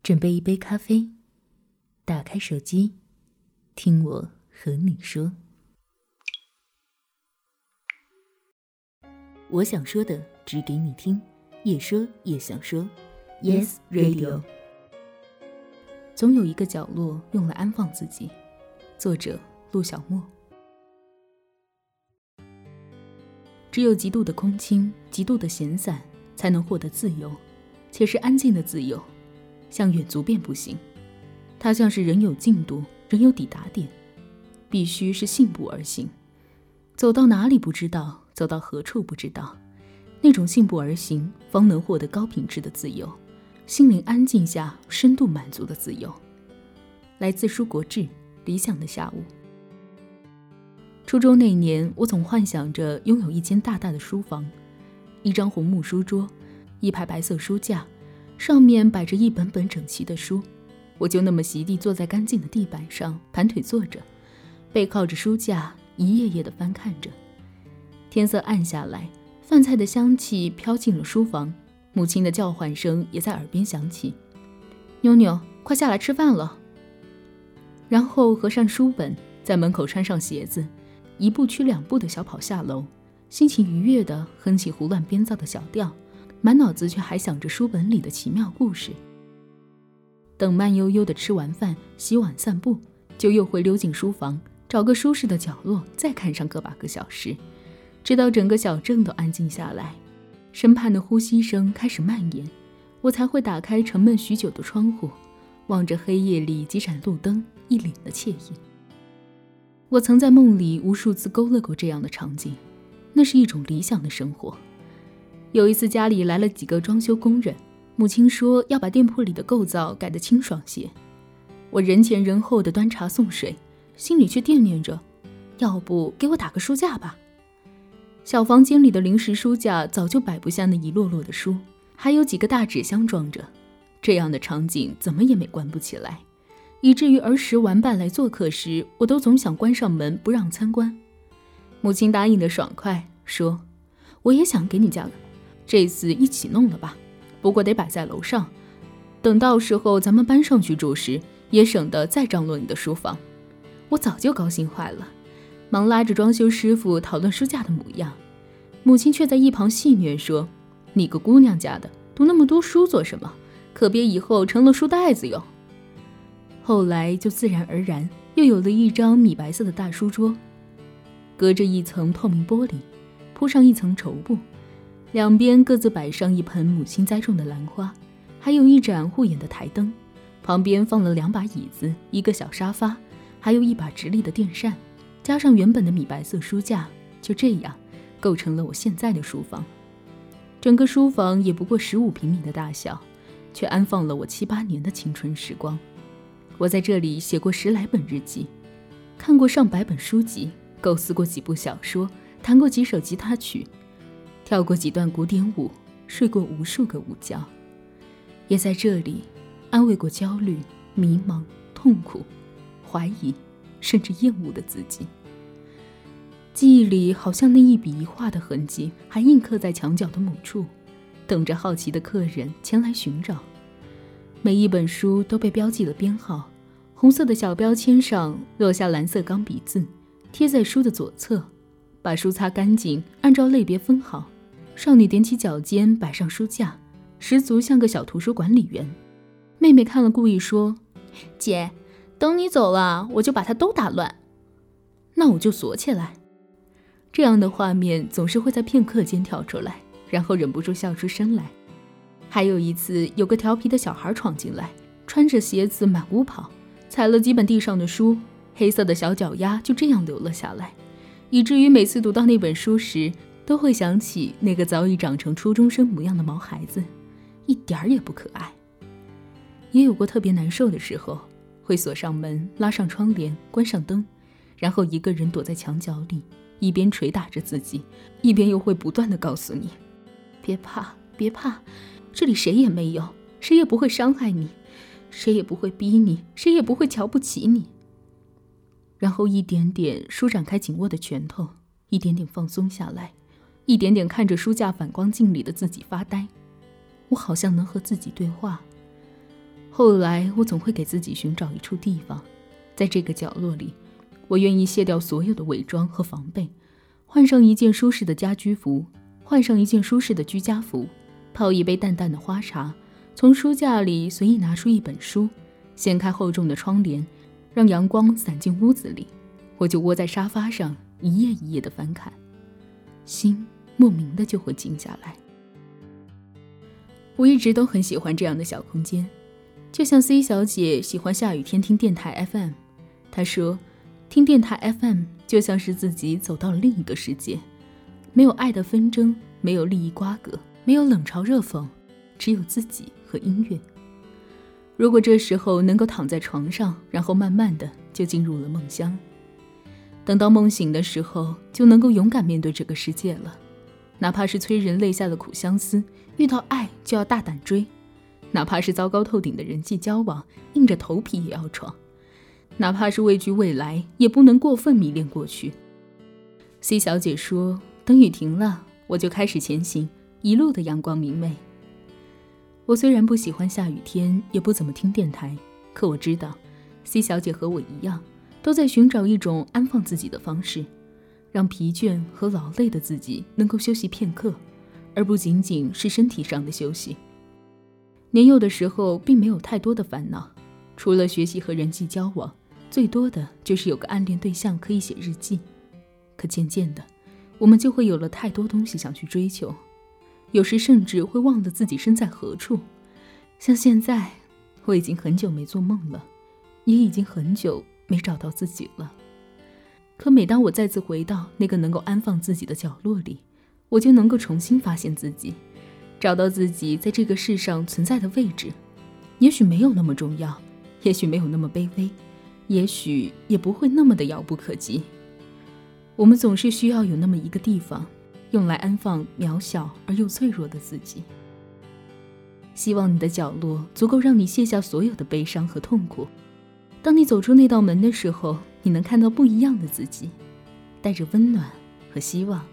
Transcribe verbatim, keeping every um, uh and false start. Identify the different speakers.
Speaker 1: 准备一杯咖啡，打开手机，听我和你说。我想说的只给你听，也说也想说。 Yes Radio。 总有一个角落用来安放自己。作者陆小莫。只有极度的空清，极度的闲散，才能获得自由，且是安静的自由。像远足便不行，它像是人有进度，人有抵达点，必须是信步而行，走到哪里不知道，走到何处不知道。那种信步而行，方能获得高品质的自由，心灵安静下深度满足的自由。来自舒国治，理想的下午。初中那年，我总幻想着拥有一间大大的书房，一张红木书桌，一排白色书架，上面摆着一本本整齐的书，我就那么席地坐在干净的地板上，盘腿坐着，背靠着书架，一页页地翻看着。天色暗下来，饭菜的香气飘进了书房，母亲的叫唤声也在耳边响起：妞妞，快下来吃饭了。然后合上书本，在门口穿上鞋子，一步屈两步的小跑下楼，心情愉悦地哼起胡乱编造的小调，满脑子却还想着书本里的奇妙故事。等慢悠悠地吃完饭，洗碗散步，就又会溜进书房，找个舒适的角落，再看上个把个小时，直到整个小镇都安静下来，身畔的呼吸声开始蔓延，我才会打开沉闷许久的窗户，望着黑夜里几盏路灯，一脸的惬意。我曾在梦里无数次勾勒过这样的场景，那是一种理想的生活。有一次家里来了几个装修工人，母亲说要把店铺里的构造改得清爽些。我人前人后的端茶送水，心里却惦念着，要不给我打个书架吧。小房间里的临时书架早就摆不下那一摞摞的书，还有几个大纸箱装着，这样的场景怎么也美观不起来，以至于儿时玩伴来做客时，我都总想关上门不让参观。母亲答应得爽快，说我也想给你家，这次一起弄了吧，不过得摆在楼上，等到时候咱们搬上去住时，也省得再张罗你的书房。我早就高兴坏了，忙拉着装修师傅讨论书架的模样。母亲却在一旁戏谑说，你个姑娘家的，读那么多书做什么？可别以后成了书袋子哟。后来就自然而然又有了一张米白色的大书桌，隔着一层透明玻璃，铺上一层绸布，两边各自摆上一盆母亲栽种的兰花，还有一盏护眼的台灯，旁边放了两把椅子，一个小沙发，还有一把直立的电扇，加上原本的米白色书架，就这样构成了我现在的书房。整个书房也不过十五平米的大小，却安放了我七八年的青春时光。我在这里写过十来本日记，看过上百本书籍，构思过几部小说，弹过几首吉他曲，跳过几段古典舞，睡过无数个午觉，也在这里安慰过焦虑、迷茫、痛苦、怀疑，甚至厌恶的自己。记忆里好像那一笔一画的痕迹还印刻在墙角的某处，等着好奇的客人前来寻找。每一本书都被标记了编号，红色的小标签上落下蓝色钢笔字，贴在书的左侧，把书擦干净，按照类别分好。少女踮起脚尖摆上书架，十足像个小图书管理员。妹妹看了故意说，姐，等你走了我就把它都打乱。那我就锁起来。这样的画面总是会在片刻间跳出来，然后忍不住笑出声来。还有一次，有个调皮的小孩闯进来，穿着鞋子满屋跑，踩了几本地上的书，黑色的小脚丫就这样流了下来，以至于每次读到那本书时，都会想起那个早已长成初中生模样的毛孩子，一点儿也不可爱。也有过特别难受的时候，会锁上门，拉上窗帘，关上灯，然后一个人躲在墙角里，一边捶打着自己，一边又会不断地告诉你，别怕，别怕，这里谁也没有，谁也不会伤害你，谁也不会逼你，谁也不会瞧不起你。然后一点点舒展开紧握的拳头，一点点放松下来，一点点看着书架反光镜里的自己发呆。我好像能和自己对话， 后来我总会给自己寻找一处地方，在这个角落里，我愿意卸掉所有的伪装和防备，换上一件舒适的家居服，换上一件舒适的居家服，泡一杯淡淡的花茶，从书架里随意拿出一本书，掀开厚重的窗帘，让阳光洒进屋子里，我就窝在沙发上一页一页地翻看，心莫名的就会静下来。我一直都很喜欢这样的小空间，就像 C 小姐喜欢下雨天听电台 F M， 她说听电台 F M 就像是自己走到了另一个世界，没有爱的纷争，没有利益瓜葛，没有冷嘲热讽，只有自己和音乐。如果这时候能够躺在床上，然后慢慢的就进入了梦乡，等到梦醒的时候，就能够勇敢面对这个世界了。哪怕是催人泪下的苦相思，遇到爱就要大胆追，哪怕是糟糕透顶的人际交往，硬着头皮也要闯，哪怕是畏惧未来，也不能过分迷恋过去。 C 小姐说，等雨停了，我就开始前行，一路的阳光明媚。我虽然不喜欢下雨天，也不怎么听电台，可我知道 C 小姐和我一样，都在寻找一种安放自己的方式，让疲倦和劳累的自己能够休息片刻，而不仅仅是身体上的休息。年幼的时候并没有太多的烦恼，除了学习和人际交往，最多的就是有个暗恋对象可以写日记。可渐渐的，我们就会有了太多东西想去追求，有时甚至会忘了自己身在何处。像现在，我已经很久没做梦了，也已经很久没找到自己了。可每当我再次回到那个能够安放自己的角落里，我就能够重新发现自己，找到自己在这个世上存在的位置。也许没有那么重要，也许没有那么卑微，也许也不会那么的遥不可及。我们总是需要有那么一个地方，用来安放渺小而又脆弱的自己。希望你的角落足够让你卸下所有的悲伤和痛苦。当你走出那道门的时候，你能看到不一样的自己，带着温暖和希望。